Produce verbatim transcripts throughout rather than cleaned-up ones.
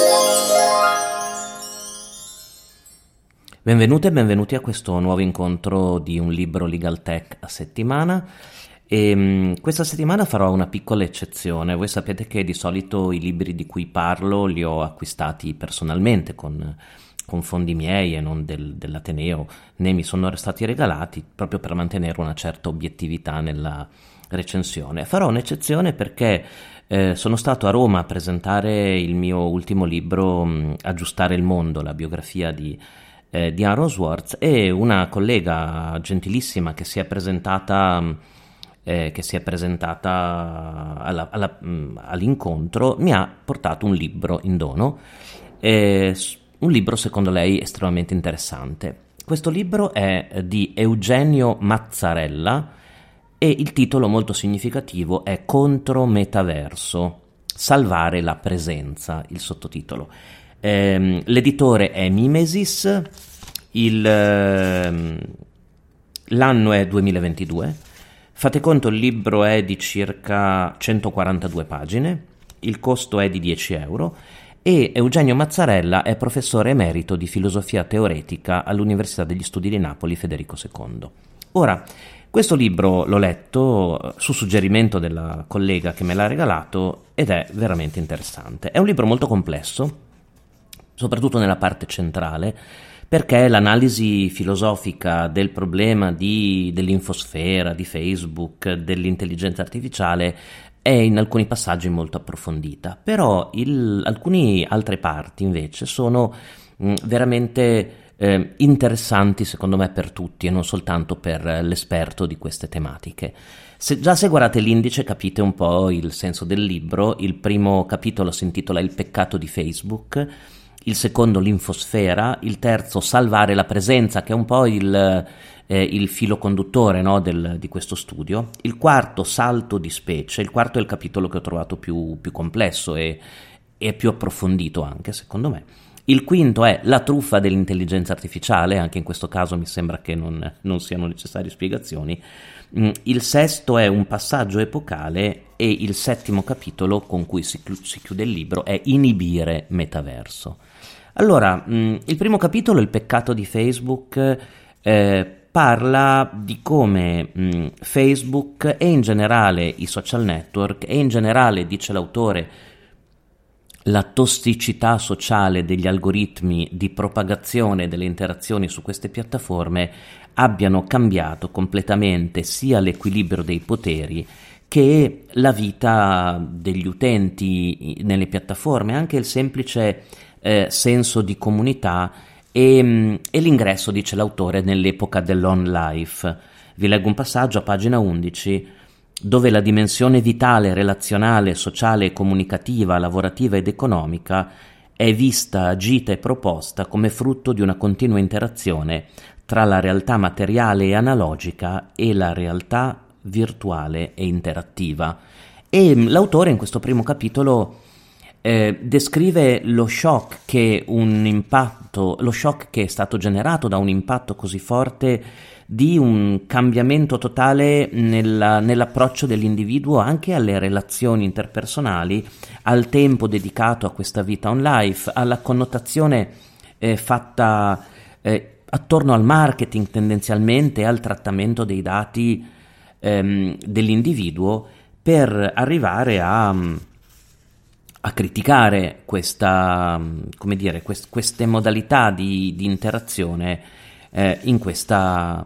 Benvenute e benvenuti a questo nuovo incontro di un libro Legal Tech a settimana. E, mh, questa settimana farò una piccola eccezione. Voi sapete che di solito i libri di cui parlo li ho acquistati personalmente con, con fondi miei e non del, dell'Ateneo, né mi sono stati regalati, proprio per mantenere una certa obiettività nella recensione. Farò un'eccezione perché eh, sono stato a Roma a presentare il mio ultimo libro, mh, Aggiustare il mondo, la biografia di Eh, di Aaron Swartz, e una collega gentilissima che si è presentata eh, che si è presentata alla, alla, mh, all'incontro mi ha portato un libro in dono, eh, un libro secondo lei estremamente interessante. Questo libro è di Eugenio Mazzarella e il titolo molto significativo è Contro Metaverso, salvare la presenza, il sottotitolo. Eh, l'editore è Mimesis, il, eh, l'anno è duemilaventidue, fate conto il libro è di circa centoquarantadue pagine, il costo è di dieci euro e Eugenio Mazzarella è professore emerito di filosofia teoretica all'Università degli Studi di Napoli Federico secondo. Ora, questo libro l'ho letto su suggerimento della collega che me l'ha regalato ed è veramente interessante. È un libro molto complesso, soprattutto nella parte centrale, perché l'analisi filosofica del problema di, dell'infosfera, di Facebook, dell'intelligenza artificiale è in alcuni passaggi molto approfondita, però il, alcune altre parti invece sono mh, veramente eh, interessanti secondo me per tutti e non soltanto per l'esperto di queste tematiche. Se, già se guardate l'indice capite un po' il senso del libro. Il primo capitolo si intitola Il peccato di Facebook, il secondo l'infosfera, il terzo salvare la presenza, che è un po' il, eh, il filo conduttore, no, del, di questo studio, il quarto salto di specie, il quarto è il capitolo che ho trovato più, più complesso e, e più approfondito anche secondo me, il quinto è la truffa dell'intelligenza artificiale, anche in questo caso mi sembra che non, non siano necessarie spiegazioni, il sesto è un passaggio epocale e il settimo capitolo con cui si, si chiude il libro è inibire metaverso. Allora, mh, il primo capitolo, il peccato di Facebook, eh, parla di come mh, Facebook e in generale i social network e in generale, dice l'autore, la tossicità sociale degli algoritmi di propagazione delle interazioni su queste piattaforme abbiano cambiato completamente sia l'equilibrio dei poteri che la vita degli utenti nelle piattaforme, anche il semplice Eh, senso di comunità e, e l'ingresso, dice l'autore, nell'epoca dell'on life. Vi leggo un passaggio a pagina undici, dove la dimensione vitale, relazionale, sociale e comunicativa, lavorativa ed economica è vista, agita e proposta come frutto di una continua interazione tra la realtà materiale e analogica e la realtà virtuale e interattiva. E l'autore in questo primo capitolo Eh, descrive lo shock che un impatto, lo shock che è stato generato da un impatto così forte di un cambiamento totale nella, nell'approccio dell'individuo anche alle relazioni interpersonali, al tempo dedicato a questa vita on life, alla connotazione eh, fatta eh, attorno al marketing tendenzialmente, al trattamento dei dati ehm, dell'individuo, per arrivare a a criticare questa, come dire, quest, queste modalità di, di interazione eh, in, questa,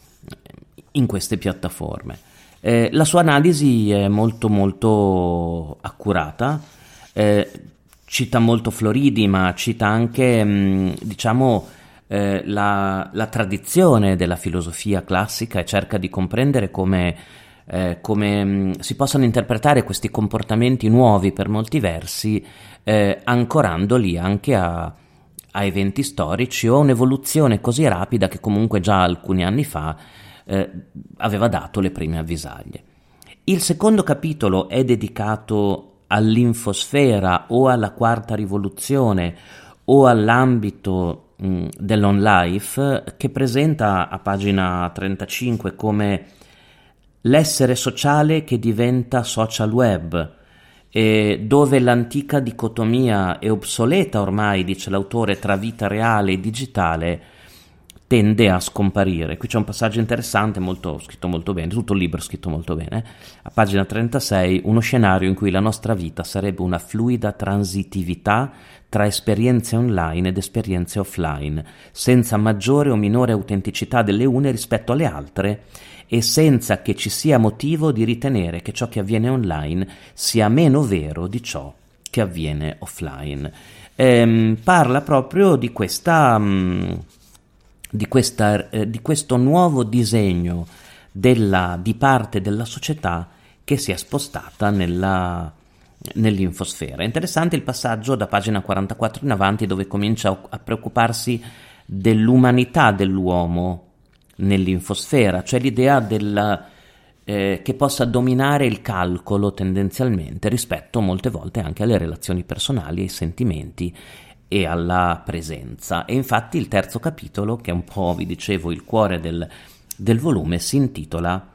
in queste piattaforme. Eh, la sua analisi è molto molto accurata, eh, cita molto Floridi, ma cita anche mh, diciamo eh, la, la tradizione della filosofia classica e cerca di comprendere come Eh, come mh, si possano interpretare questi comportamenti nuovi per molti versi, eh, ancorandoli anche a, a eventi storici o a un'evoluzione così rapida che comunque già alcuni anni fa eh, aveva dato le prime avvisaglie. Il secondo capitolo è dedicato all'infosfera o alla quarta rivoluzione o all'ambito mh, dell'on life, che presenta a pagina trentacinque come l'essere sociale che diventa social web, eh, dove l'antica dicotomia è obsoleta ormai, dice l'autore, tra vita reale e digitale, tende a scomparire. Qui c'è un passaggio interessante, molto, scritto molto bene, tutto il libro è scritto molto bene, a pagina trentasei, uno scenario in cui la nostra vita sarebbe una fluida transitività tra esperienze online ed esperienze offline, senza maggiore o minore autenticità delle une rispetto alle altre e senza che ci sia motivo di ritenere che ciò che avviene online sia meno vero di ciò che avviene offline. Ehm, parla proprio di questa... Mh, Di, questa, eh, di questo nuovo disegno della, di parte della società che si è spostata nella, nell'infosfera. È interessante il passaggio da pagina quarantaquattro in avanti, dove comincia a, a preoccuparsi dell'umanità dell'uomo nell'infosfera, cioè l'idea del, eh, che possa dominare il calcolo tendenzialmente rispetto molte volte anche alle relazioni personali, ai sentimenti e alla presenza. E infatti il terzo capitolo, che è un po', vi dicevo, il cuore del, del volume, si intitola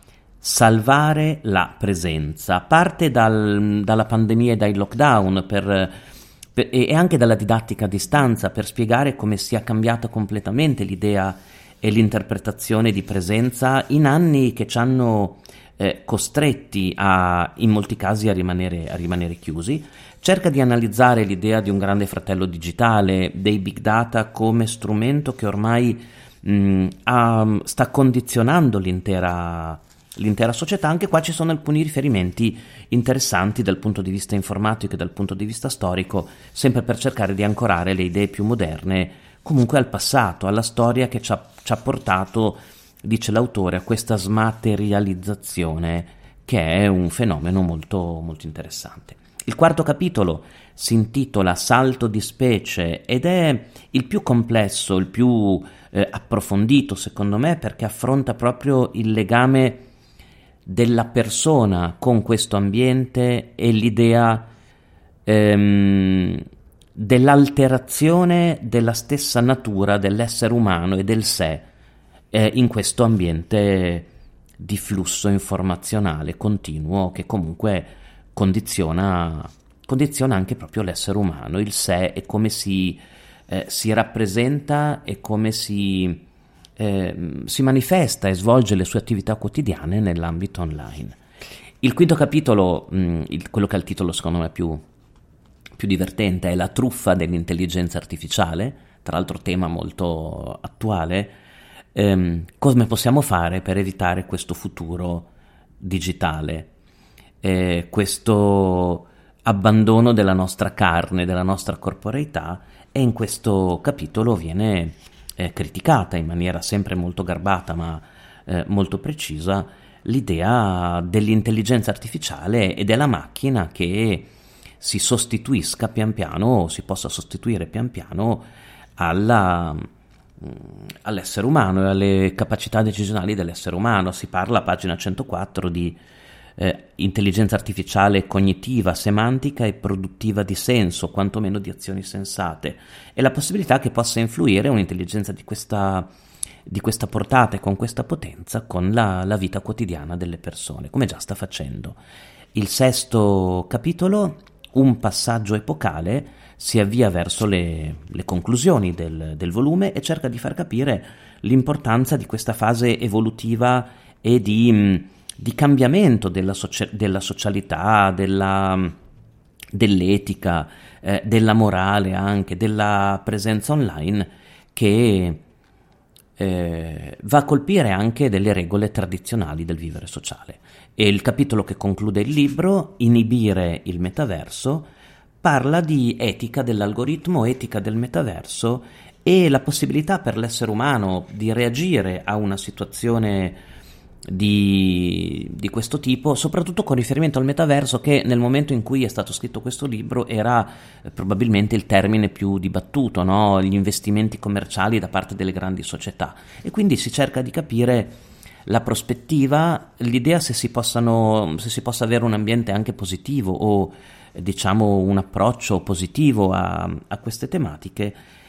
Salvare la presenza. Parte dal, dalla pandemia e dai lockdown per, per, e anche dalla didattica a distanza, per spiegare come sia cambiata completamente l'idea e l'interpretazione di presenza in anni che ci hanno eh, costretti a, in molti casi a rimanere, a rimanere chiusi. Cerca di analizzare l'idea di un grande fratello digitale, dei big data come strumento che ormai mh, ha, sta condizionando l'intera, l'intera società. Anche qua ci sono alcuni riferimenti interessanti dal punto di vista informatico e dal punto di vista storico, sempre per cercare di ancorare le idee più moderne comunque al passato, alla storia che ci ha, ci ha portato, dice l'autore, a questa smaterializzazione, che è un fenomeno molto, molto interessante. Il quarto capitolo si intitola Salto di specie ed è il più complesso, il più eh, approfondito secondo me, perché affronta proprio il legame della persona con questo ambiente e l'idea ehm, dell'alterazione della stessa natura dell'essere umano e del sé eh, in questo ambiente di flusso informazionale continuo che comunque condiziona, condiziona anche proprio l'essere umano, il sé e come si, eh, si rappresenta e come si, eh, si manifesta e svolge le sue attività quotidiane nell'ambito online. Il quinto capitolo, mh, il, quello che ha il titolo secondo me più, più divertente, è la truffa dell'intelligenza artificiale, tra l'altro tema molto attuale. Ehm, come possiamo fare per evitare questo futuro digitale? Eh, questo abbandono della nostra carne, della nostra corporeità, e in questo capitolo viene eh, criticata in maniera sempre molto garbata ma eh, molto precisa l'idea dell'intelligenza artificiale e della macchina che si sostituisca pian piano, o si possa sostituire pian piano alla, all'essere umano e alle capacità decisionali dell'essere umano. Si parla a pagina centoquattro di Eh, intelligenza artificiale cognitiva, semantica e produttiva di senso, quantomeno di azioni sensate, e la possibilità che possa influire un'intelligenza di questa, di questa portata e con questa potenza con la, la vita quotidiana delle persone, come già sta facendo. Il sesto capitolo, un passaggio epocale, si avvia verso le, le conclusioni del, del volume e cerca di far capire l'importanza di questa fase evolutiva e di mh, di cambiamento della, socia- della socialità, della, dell'etica, eh, della morale anche, della presenza online, che eh, va a colpire anche delle regole tradizionali del vivere sociale. E il capitolo che conclude il libro, Inibire il metaverso, parla di etica dell'algoritmo, etica del metaverso e la possibilità per l'essere umano di reagire a una situazione Di, di questo tipo, soprattutto con riferimento al metaverso, che nel momento in cui è stato scritto questo libro era eh, probabilmente il termine più dibattuto, no? Gli investimenti commerciali da parte delle grandi società, e quindi si cerca di capire la prospettiva, l'idea se si possano, se si possa avere un ambiente anche positivo o eh, diciamo un approccio positivo a, a queste tematiche,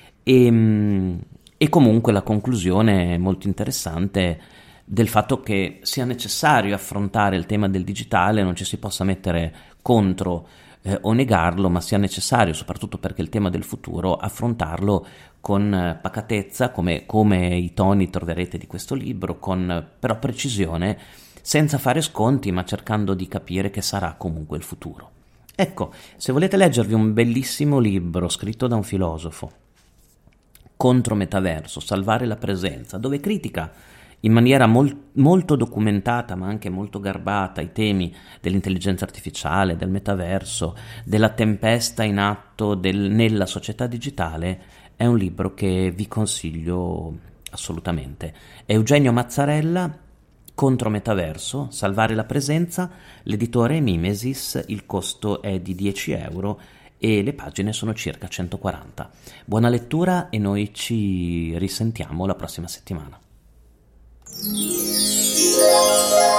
e, e comunque la conclusione molto interessante del fatto che sia necessario affrontare il tema del digitale, non ci si possa mettere contro eh, o negarlo, ma sia necessario, soprattutto perché il tema del futuro, affrontarlo con eh, pacatezza, come, come i toni troverete di questo libro, con eh, però precisione, senza fare sconti, ma cercando di capire che sarà comunque il futuro. Ecco, se volete leggervi un bellissimo libro scritto da un filosofo contro metaverso, Salvare la presenza, dove critica in maniera mol- molto documentata ma anche molto garbata i temi dell'intelligenza artificiale, del metaverso, della tempesta in atto del- nella società digitale, è un libro che vi consiglio assolutamente. Eugenio Mazzarella, Contro metaverso, Salvare la presenza, l'editore è Mimesis, il costo è di dieci euro e le pagine sono circa centoquaranta. Buona lettura e noi ci risentiamo la prossima settimana.